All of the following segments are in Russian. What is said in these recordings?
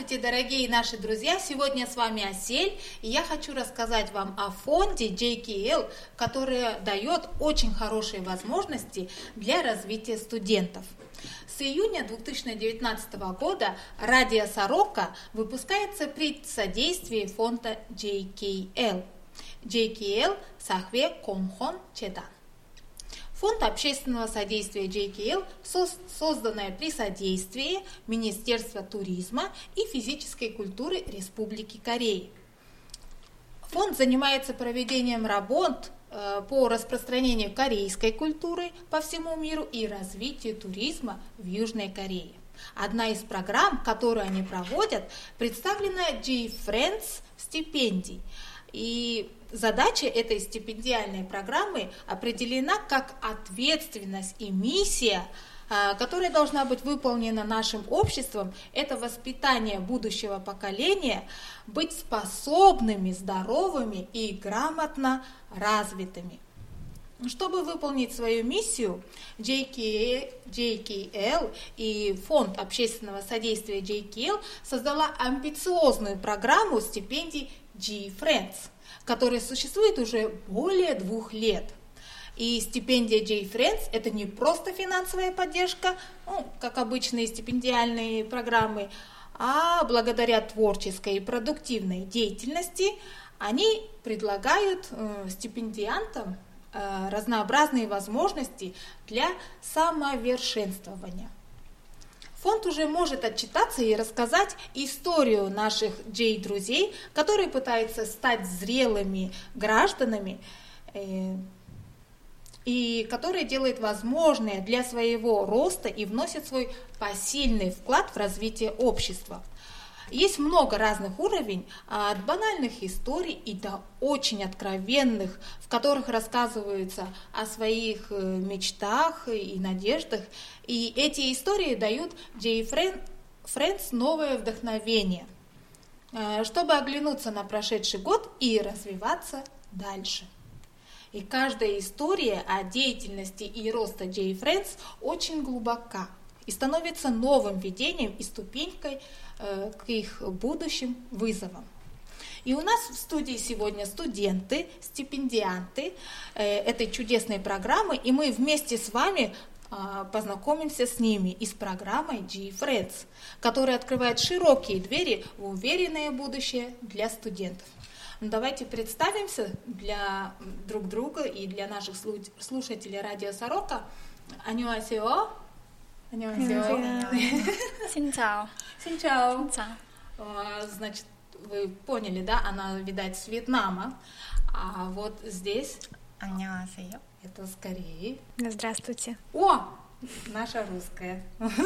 Здравствуйте, дорогие наши друзья! Сегодня с вами Асель, и я хочу рассказать вам о фонде JKL, который дает очень хорошие возможности для развития студентов. С июня 2019 года радио Сорока выпускается при содействии фонда JKL. JKL Сахве Комхон Чедан. Фонд общественного содействия JKL, созданный при содействии Министерства туризма и физической культуры Республики Корея. Фонд занимается проведением работ по распространению корейской культуры по всему миру и развитию туризма в Южной Корее. Одна из программ, которую они проводят, представлена J-Friends стипендий. И задача этой стипендиальной программы определена как ответственность и миссия, которая должна быть выполнена нашим обществом. Это воспитание будущего поколения быть способными, здоровыми и грамотно развитыми. Чтобы выполнить свою миссию, JKL и Фонд общественного содействия JKL создала амбициозную программу стипендий J-Friends, которая существует уже более 2 лет. И стипендия J-Friends – это не просто финансовая поддержка, как обычные стипендиальные программы, а благодаря творческой и продуктивной деятельности они предлагают стипендиантам разнообразные возможности для самовершенствования. Фонд уже может отчитаться и рассказать историю наших J-друзей, которые пытаются стать зрелыми гражданами и которые делают возможное для своего роста и вносят свой посильный вклад в развитие общества. Есть много разных уровней, от банальных историй и до очень откровенных, в которых рассказываются о своих мечтах и надеждах. И эти истории дают J-Friends новое вдохновение, чтобы оглянуться на прошедший год и развиваться дальше. И каждая история о деятельности и росте J-Friends очень глубока и становится новым видением и ступенькой к их будущим вызовам. И у нас в студии сегодня студенты, стипендианты этой чудесной программы, и мы вместе с вами познакомимся с ними и с программой J-Friends, которая открывает широкие двери в уверенное будущее для студентов. Давайте представимся для друг друга и для наших слушателей радио Сорока. 안녕하세요. 안녕하세요. Синчао. Синчао. Значит, вы поняли, да? Она, видать, с Вьетнама. А вот здесь... 안녕하세요. Это с Кореи. Здравствуйте. О! Наша русская.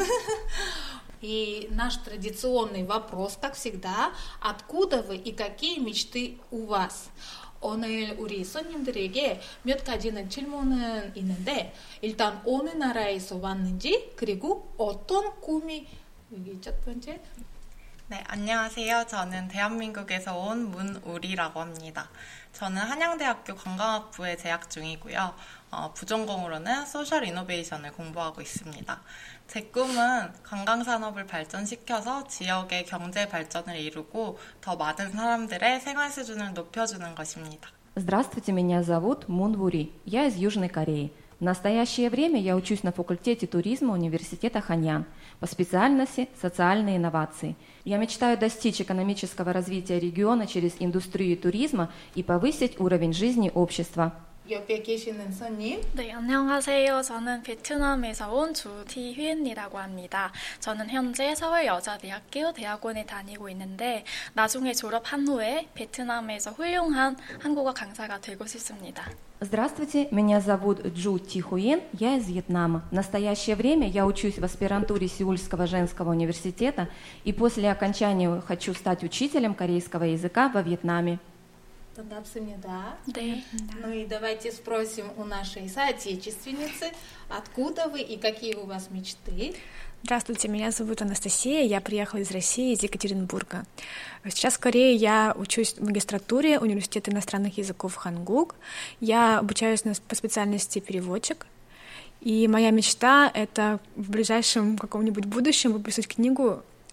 И наш традиционный вопрос, как всегда, откуда вы и какие мечты у вас? 오늘 우리 손님들에게 몇 가지는 질문은 있는데 일단 어느 나라에서 왔는지 그리고 어떤 꿈이 여기 첫 번째. 네, 안녕하세요. 저는 대한민국에서 온 문우리라고 합니다. 저는 한양대학교 관광학부에 재학 중이고요. 부전공으로는 소셜 이노베이션을 공부하고 있습니다. 제 꿈은 관광산업을 발전시켜서 지역의 경제 발전을 이루고 더 많은 사람들의 생활 수준을 높여주는 것입니다. Здравствуйте, меня зовут Мун Вури. Я из Южной Кореи. В настоящее время я учусь на факультете туризма университета Ханьян по специальности социальные инновации. Я мечтаю достичь экономического развития региона через индустрию туризма и повысить уровень жизни общества. 옆에 계시는 손님. 네, 안녕하세요. 저는 베트남에서 온 주티휘엔이라고 합니다. 저는 현재 서울여자대학교 대학원에 다니고 있는데 나중에 졸업한 후에 베트남에서 훌륭한 한국어 강사가 되고 싶습니다. Здравствуйте, меня зовут Джу Ти Хуен, я из Вьетнама. В настоящее время я учусь в аспирантуре Сеульского женского университета и после окончания хочу стать учителем корейского языка во Вьетнаме. 반갑습니다. 네. Ну и давайте спросим у нашей соотечественницы, откуда вы и какие у вас мечты. Здравствуйте, меня зовут Анастасия, я приехала из России, из Екатеринбурга. Сейчас в Корее я учусь в магистратуре Университета иностранных языков Хангук. Я обучаюсь по специальности переводчик. И моя мечта — это в ближайшем каком-нибудь будущем выпустить книгу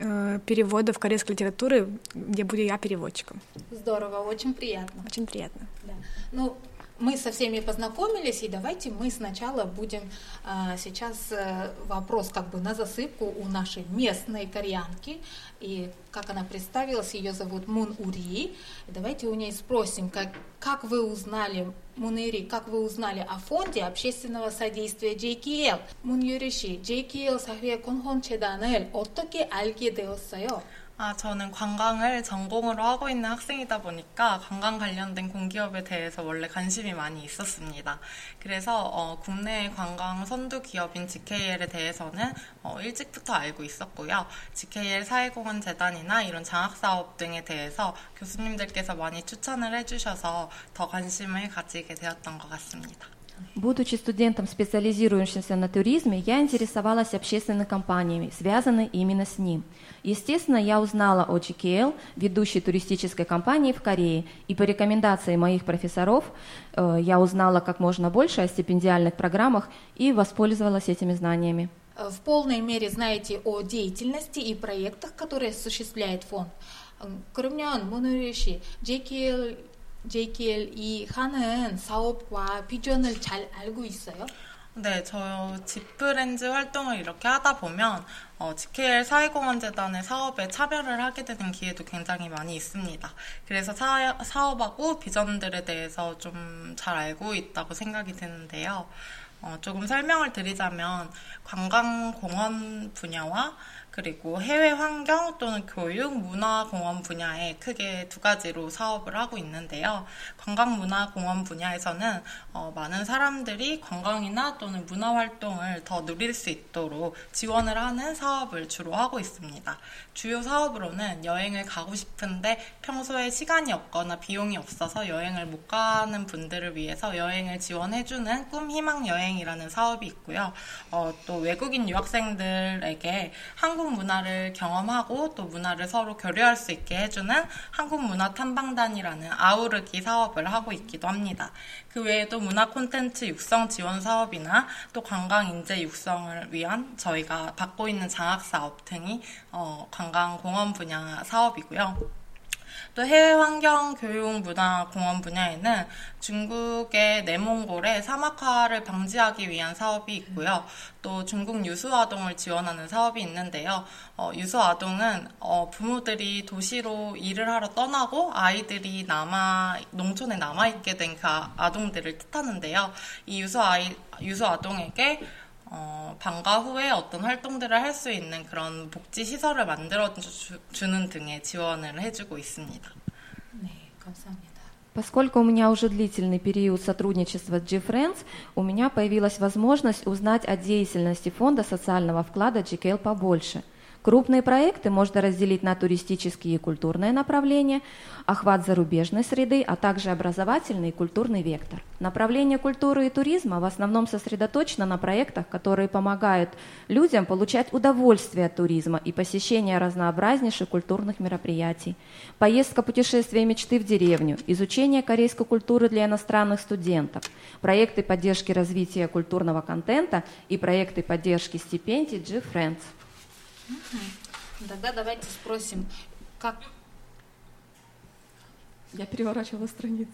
переводов корейской литературы, где буду я переводчиком. Здорово, очень приятно. Очень приятно. Да. Ну, мы со всеми познакомились, и давайте мы сначала будем сейчас вопрос как бы на засыпку у нашей местной кореянки. И как она представилась, ее зовут Мун Ури. Давайте у нее спросим, как вы узнали, Мун Ури, как вы узнали о фонде общественного содействия JKL? Мун Юри 씨, JKL 사회 공헌재단을 어떻게 알게 되었어요? 저는 관광을 전공으로 하고 있는 학생이다 보니까 관광 관련된 공기업에 대해서 원래 관심이 많이 있었습니다. 그래서 국내 관광 선두 기업인 GKL에 대해서는 일찍부터 알고 있었고요. GKL 사회공헌재단이나 이런 장학사업 등에 대해서 교수님들께서 많이 추천을 해주셔서 더 관심을 가지게 되었던 것 같습니다. Будучи студентом, специализирующимся на туризме, я интересовалась общественными компаниями, связанными именно с ним. Естественно, я узнала о JKL, ведущей туристической компании в Корее, и по рекомендации моих профессоров я узнала как можно больше о стипендиальных программах и воспользовалась этими знаниями. В полной мере знаете о деятельности и проектах, которые осуществляет фонд. 그러면 문우리 씨, JKL이 하는 사업과 비전을 잘 알고 있어요? 네, 저 지프렌즈 활동을 이렇게 하다 보면 GKL 사회공헌재단의 사업에 참여를 하게 되는 기회도 굉장히 많이 있습니다. 그래서 사업하고 비전들에 대해서 좀 잘 알고 있다고 생각이 드는데요. 조금 설명을 드리자면 관광공헌 분야와 그리고 해외 환경 또는 교육, 문화공헌 분야에 크게 두 가지로 사업을 하고 있는데요. 관광문화공헌 분야에서는 많은 사람들이 관광이나 또는 문화활동을 더 누릴 수 있도록 지원을 하는 사업을 주로 하고 있습니다. 주요 사업으로는 여행을 가고 싶은데 평소에 시간이 없거나 비용이 없어서 여행을 못 가는 분들을 위해서 여행을 지원해주는 꿈 희망 여행이라는 사업이 있고요. 또 외국인 유학생들에게 한국 문화를 경험하고 또 문화를 서로 교류할 수 있게 해주는 한국문화탐방단이라는 아우르기 사업을 하고 있기도 합니다. 그 외에도 문화 콘텐츠 육성 지원 사업이나 또 관광 인재 육성을 위한 저희가 받고 있는 장학 사업 등이 관광공헌 분야 사업이고요. 또 해외 환경, 교육, 문화, 공헌 분야에는 중국의 내몽골의 사막화를 방지하기 위한 사업이 있고요. 또 중국 유수아동을 지원하는 사업이 있는데요. 유수아동은 부모들이 도시로 일을 하러 떠나고 아이들이 농촌에 남아있게 된 그 아동들을 뜻하는데요. 이 유수아동에게 방과 후에 어떤 활동들을 할 수 있는 그런 복지 시설을 만들어 주는 등의 지원을 해주고 있습니다. 네, 감사합니다. Поскольку у меня уже длительный период сотрудничества с GFriends, у меня появилась возможность узнать о деятельности фонда социального вклада JKL побольше. Крупные проекты можно разделить на туристические и культурные направления, охват зарубежной среды, а также образовательный и культурный вектор. Направление культуры и туризма в основном сосредоточено на проектах, которые помогают людям получать удовольствие от туризма и посещения разнообразнейших культурных мероприятий. Поездка, путешествие мечты в деревню, изучение корейской культуры для иностранных студентов, проекты поддержки развития культурного контента и проекты поддержки стипендий GFriends. Тогда давайте спросим, как... Я переворачивала страницу.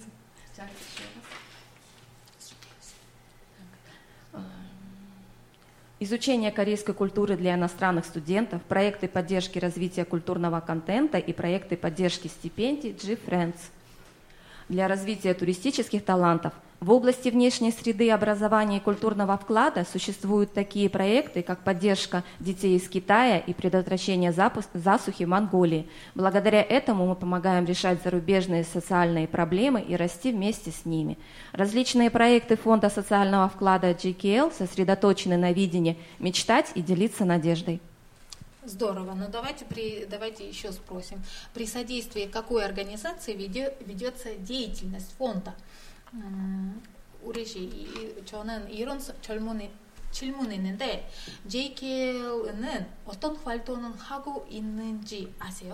Изучение корейской культуры для иностранных студентов, проекты поддержки развития культурного контента и проекты поддержки стипендий GFriends. Для развития туристических талантов в области внешней среды образования и культурного вклада существуют такие проекты, как поддержка детей из Китая и предотвращение засухи в Монголии. Благодаря этому мы помогаем решать зарубежные социальные проблемы и расти вместе с ними. Различные проекты Фонда социального вклада JKL сосредоточены на видении мечтать и делиться надеждой. Здорово, но давайте еще спросим, при содействии какой организации ведется деятельность фонда? 우리 저는 이런 질문이 있는데 JKL은 어떤 활동을 하고 있는지 아세요?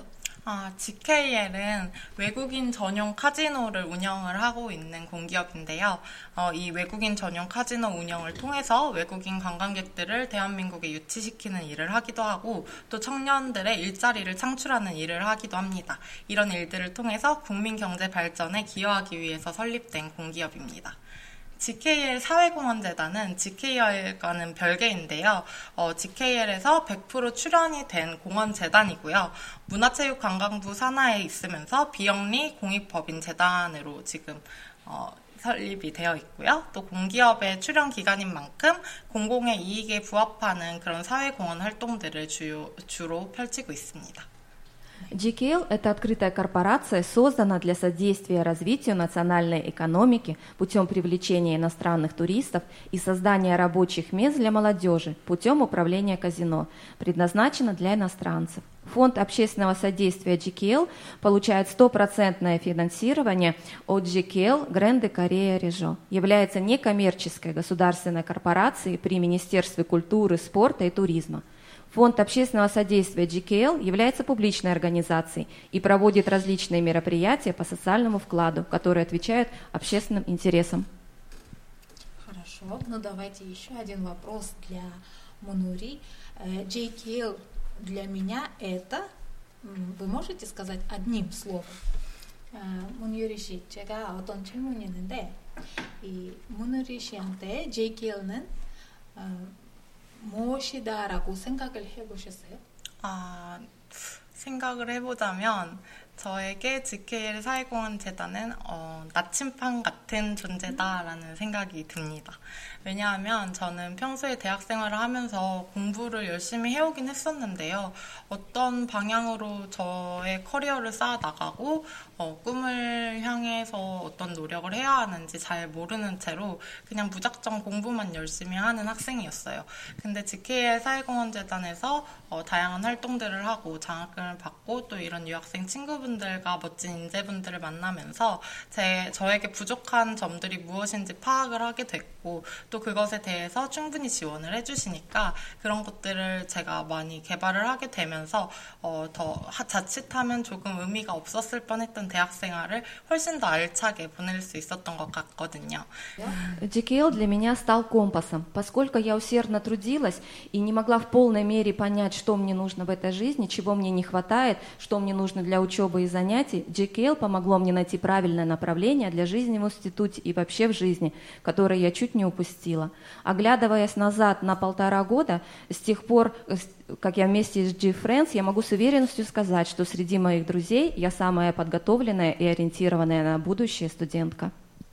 GKL은 외국인 전용 카지노를 운영을 하고 있는 공기업인데요. 이 외국인 전용 카지노 운영을 통해서 외국인 관광객들을 대한민국에 유치시키는 일을 하기도 하고 또 청년들의 일자리를 창출하는 일을 하기도 합니다. 이런 일들을 통해서 국민 경제 발전에 기여하기 위해서 설립된 공기업입니다. GKL 사회공헌재단은 GKL과는 별개인데요. GKL에서 100% 출연이 된 공헌재단이고요. 문화체육관광부 산하에 있으면서 비영리 공익법인재단으로 지금 설립이 되어 있고요. 또 공기업의 출연 기간인 만큼 공공의 이익에 부합하는 그런 사회공헌 활동들을 주로 펼치고 있습니다. GKL – это открытая корпорация, создана для содействия развитию национальной экономики путем привлечения иностранных туристов и создания рабочих мест для молодежи путем управления казино, предназначена для иностранцев. Фонд общественного содействия GKL получает 100% финансирование от GKL Grande Korea Région, является некоммерческой государственной корпорацией при Министерстве культуры, спорта и туризма. Фонд общественного содействия GKL является публичной организацией и проводит различные мероприятия по социальному вкладу, которые отвечают общественным интересам. Хорошо, ну давайте еще один вопрос для Мунури. GKL для меня это, вы можете сказать одним словом? 문유리 씨, 제가 어떤 질문이 있는데 이 문유리 씨한테 JKL는 무엇이다라고 생각을 해보셨어요? 생각을 해보자면 저에게 GKL 사회공헌재단은 나침반 같은 존재다라는 생각이 듭니다. 왜냐하면 저는 평소에 대학 생활을 하면서 공부를 열심히 해오긴 했었는데요. 어떤 방향으로 저의 커리어를 쌓아나가고 꿈을 향해서 어떤 노력을 해야 하는지 잘 모르는 채로 그냥 무작정 공부만 열심히 하는 학생이었어요. 근데 GKL 사회공헌재단에서 다양한 활동들을 하고 장학금을 받고 또 이런 유학생 친구분들과 멋진 인재분들을 만나면서 저에게 부족한 점들이 무엇인지 파악을 하게 됐고 또 그것에 대해서 충분히 지원을 해주시니까 그런 것들을 제가 많이 개발을 하게 되면서 더 자칫하면 조금 의미가 없었을 뻔했던 대학 생활을 훨씬 더 알차게 보낼 수 있었던 것 같거든요. GKL для меня стал компасом, поскольку я усердно трудилась и не могла в полной мере понять, что мне нужно в этой жизни, чего мне не хватает, что мне нужно для учебы и занятий. GKL помогло мне найти правильное направление для жизни в институте и вообще в жизни, которое я чуть не упустила. Оглядываясь назад на 1,5 года, с тех пор, как я вместе с G-Friends, я могу с уверенностью сказать, что среди моих друзей я самая подготовленная и ориентированная на будущее студентка.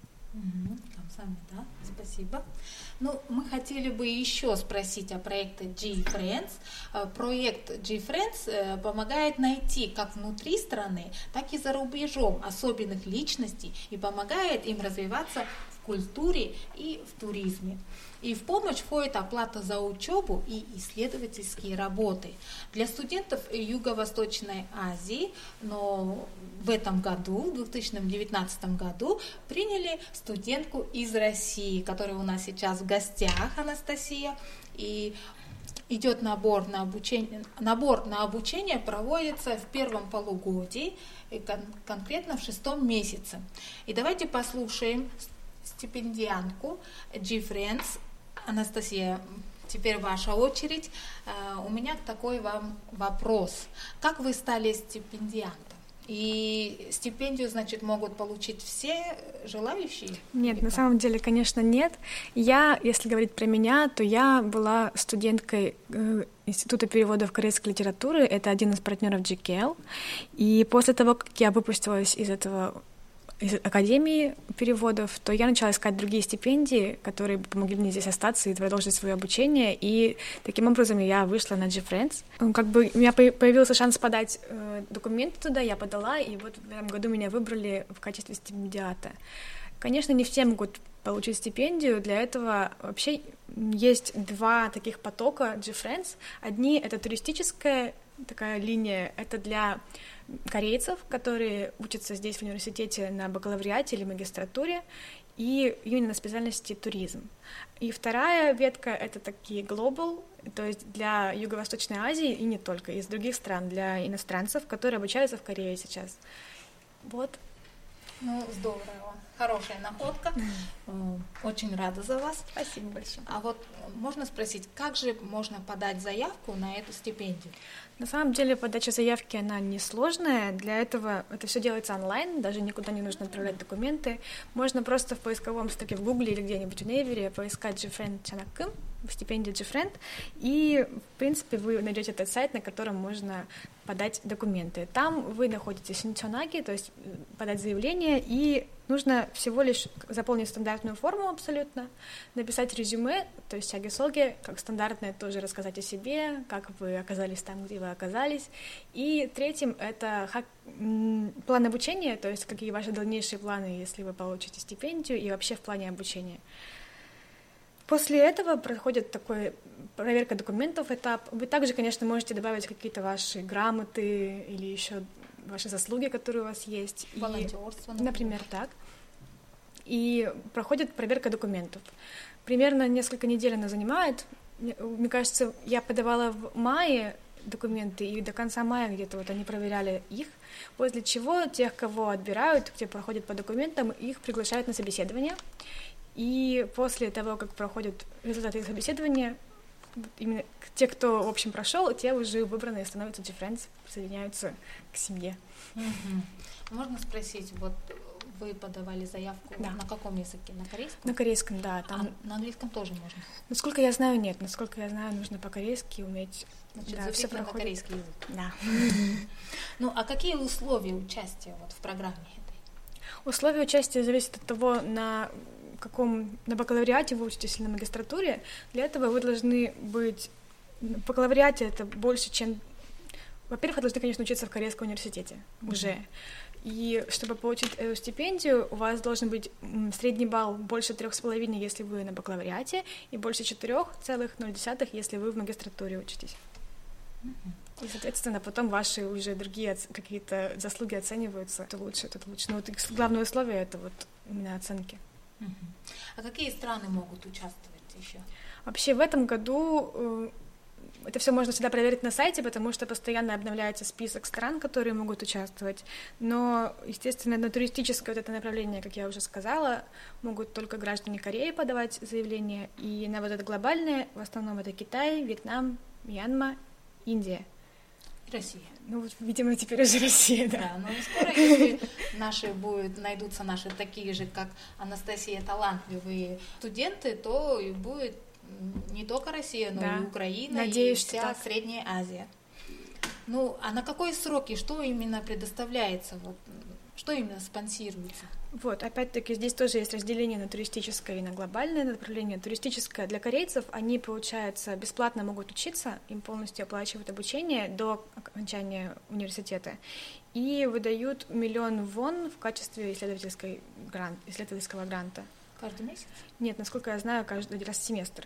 Спасибо. Ну, мы хотели бы еще спросить о проекте G-Friends. Проект G-Friends помогает найти как внутри страны, так и за рубежом особенных личностей и помогает им развиваться в культуре и в туризме. И в помощь входит оплата за учебу и исследовательские работы. Для студентов Юго-Восточной Азии, но в этом году, в 2019 году, приняли студентку из России, которая у нас сейчас в гостях, Анастасия. И идет набор на обучение. Набор на обучение проводится в первом полугодии, конкретно в 6 месяце. И давайте послушаем стипендиантку G-Friends. Анастасия, теперь ваша очередь. У меня такой вам вопрос. Как вы стали стипендиантом? И стипендию, значит, могут получить все желающие? Нет, на самом деле, конечно, нет. Я, если говорить про меня, то я была студенткой Института переводов корейской литературы. Это один из партнеров GKL. И после того, как я выпустилась из Академии переводов, то я начала искать другие стипендии, которые помогли мне здесь остаться и продолжить свое обучение, и таким образом я вышла на G-Friends. Как бы у меня появился шанс подать документы туда, я подала, и вот в этом году меня выбрали в качестве стипендиата. Конечно, не все могут получить стипендию, для этого вообще есть 2 таких потока G-Friends. Одни — это туристическая такая линия, это для корейцев, которые учатся здесь в университете на бакалавриате или магистратуре, и именно на специальности туризм. И вторая ветка — это такие global, то есть для Юго-Восточной Азии и не только, из других стран, для иностранцев, которые обучаются в Корее сейчас. Вот. Ну, здорово. Хорошая находка. Очень рада за вас. Спасибо большое. А вот можно спросить, как же можно подать заявку на эту стипендию? На самом деле подача заявки, она несложная. Для этого это все делается онлайн, даже никуда не нужно отправлять документы. Можно просто в поисковом строке в Гугле или где-нибудь в Невере поискать GFriend Chanakkim, стипендию GFriend, и, в принципе, вы найдете этот сайт, на котором можно подать документы. Там вы находите синчонаги, то есть подать заявление, и нужно всего лишь заполнить стандартную форму абсолютно, написать резюме, то есть сяги-соги, как стандартное, тоже рассказать о себе, как вы оказались там, где вы оказались. И третьим — это план обучения, то есть какие ваши дальнейшие планы, если вы получите стипендию, и вообще в плане обучения. После этого проходит такой проверка документов этап. Вы также, конечно, можете добавить какие-то ваши грамоты или еще ваши заслуги, которые у вас есть. Волонтерство, например, так. И проходит проверка документов. Примерно несколько недель она занимает. Мне кажется, я подавала в мае документы, и до конца мая где-то вот они проверяли их, после чего тех, кого отбирают, где проходят по документам, их приглашают на собеседование. И после того, как проходят результаты их собеседования, именно те, кто, в общем, прошел, те уже выбранные становятся GFriends, присоединяются к семье. Можно спросить, вот вы подавали заявку Да. на каком языке? На корейском? На корейском, да. Там... А на английском тоже можно? Насколько я знаю, нет. Насколько я знаю, нужно по-корейски уметь. Значит, да, все записано на проходит. корейский язык. Да. Ну, а какие условия участия вот в программе этой? Условия участия зависят от того, на бакалавриате вы учитесь или на магистратуре. Для этого вы должны быть... В бакалавриате это больше, чем... Во-первых, вы должны, конечно, учиться в Корейском университете уже. И чтобы получить эту стипендию, у вас должен быть средний балл больше 3,5, если вы на бакалавриате, и больше 4,0, если вы в магистратуре учитесь. И, соответственно, потом ваши уже другие какие-то заслуги оцениваются. Это лучше, это лучше. Но вот главное условие — это вот именно оценки. А какие страны могут участвовать еще? Вообще в этом году это все можно всегда проверить на сайте, потому что постоянно обновляется список стран, которые могут участвовать. Но, естественно, на туристическое вот это направление, как я уже сказала, могут только граждане Кореи подавать заявления. И на вот это глобальное, в основном это Китай, Вьетнам, Мьянма, Индия. Россия. Ну, вот, видимо, теперь уже Россия, да. Да, но скоро, если найдутся наши такие же, как Анастасия, талантливые студенты, то и будет не только Россия, но и Украина, надеюсь, и вся Средняя Азия. Ну, а на какой срок и что именно предоставляется? Вот, что именно спонсируется? Вот, опять-таки, здесь тоже есть разделение на туристическое и на глобальное направление. Туристическое для корейцев, они, получается, бесплатно могут учиться, им полностью оплачивают обучение до окончания университета и выдают 1 миллион вон в качестве исследовательского гранта. Каждый месяц? Нет, насколько я знаю, каждый раз в семестр.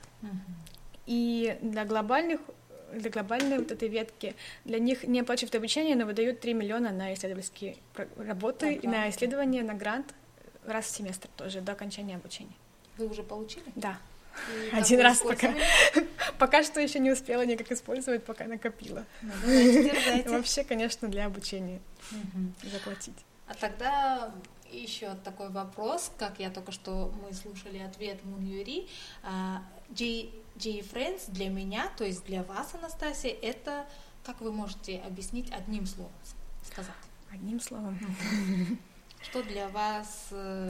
И для глобальной вот этой ветки, для них не оплачивают обучение, но выдают 3 миллиона на исследовательские работы, и на исследования, на грант раз в семестр тоже, до окончания обучения. Вы уже получили? Да. И один раз пока. Пока что еще не успела никак использовать, пока накопила. Ну, давайте, держайте. Вообще, конечно, для обучения заплатить. А тогда еще такой вопрос, как я только что мы слушали ответ Мун Юри. GFriends для меня, то есть для вас, Анастасия, это, как вы можете объяснить одним словом сказать? Одним словом. Что для вас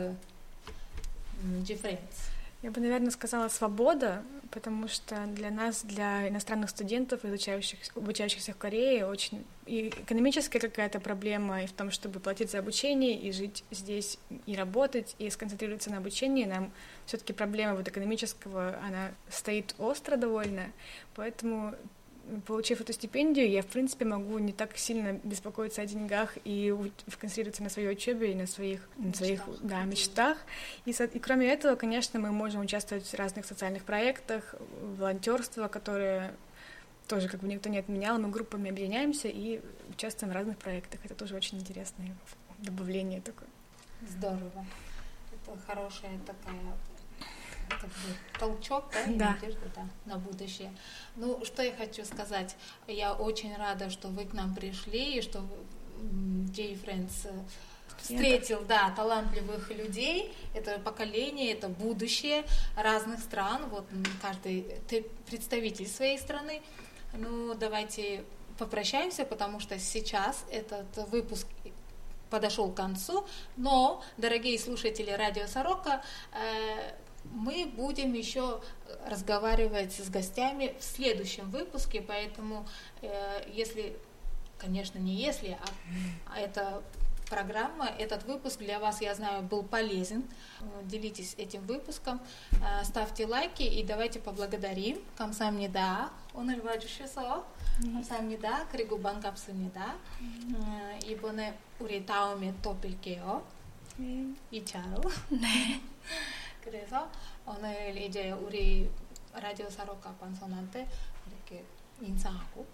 GFriends? Я бы, наверное, сказала свобода, потому что для нас, для иностранных студентов, обучающихся в Корее, очень и экономическая какая-то проблема и в том, чтобы платить за обучение и жить здесь, и работать, и сконцентрироваться на обучении. Нам все-таки проблема вот экономического, она стоит остро довольно, поэтому, получив эту стипендию, я, в принципе, могу не так сильно беспокоиться о деньгах и концентрироваться на своей учебе и на своих мечтах. И кроме этого, конечно, мы можем участвовать в разных социальных проектах, волонтерство, которое тоже как бы никто не отменял, мы группами объединяемся и участвуем в разных проектах. Это тоже очень интересное добавление такое. Здорово. это хорошая такая как бы толчок, да, и Да. надежда, да, на будущее. Ну, что я хочу сказать. Я очень рада, что вы к нам пришли, и что J-Friends встретил, да, талантливых людей. Это поколение, это будущее разных стран. Вот каждый представитель своей страны. Ну, давайте попрощаемся, потому что сейчас этот выпуск подошел к концу. Но, дорогие слушатели Радио Сорока, мы будем еще разговаривать с гостями в следующем выпуске, поэтому если, конечно, не если, а эта программа, этот выпуск для вас, я знаю, был полезен. Делитесь этим выпуском, ставьте лайки и давайте поблагодарим 감사합니다. 오늘 와주셔서 감사합니다. 그리고 반갑습니다. 이번에 우리 다음에 또 뵐게요. 이차로. 네. 그래서 오늘 이제 우리 라디오 사로카 방송한테 이렇게 인사하고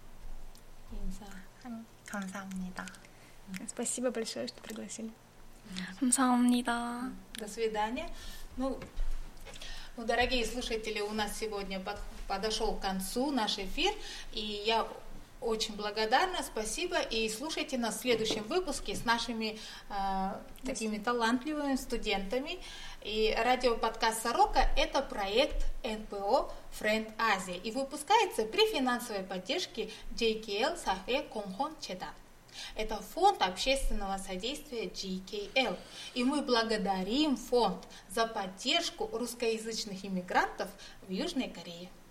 감사합니다. Спасибо большое, что пригласили. 감사합니다. До свидания. Ну, дорогие слушатели, у нас сегодня подошел к концу наш эфир, и я очень благодарна, спасибо, и слушайте нас в следующем выпуске с нашими такими талантливыми студентами. И радиоподкаст «Сорока» — это проект НПО «Friend Азия» и выпускается при финансовой поддержке JKL Сахе Комхон Чеда. Это фонд общественного содействия JKL. И мы благодарим фонд за поддержку русскоязычных иммигрантов в Южной Корее.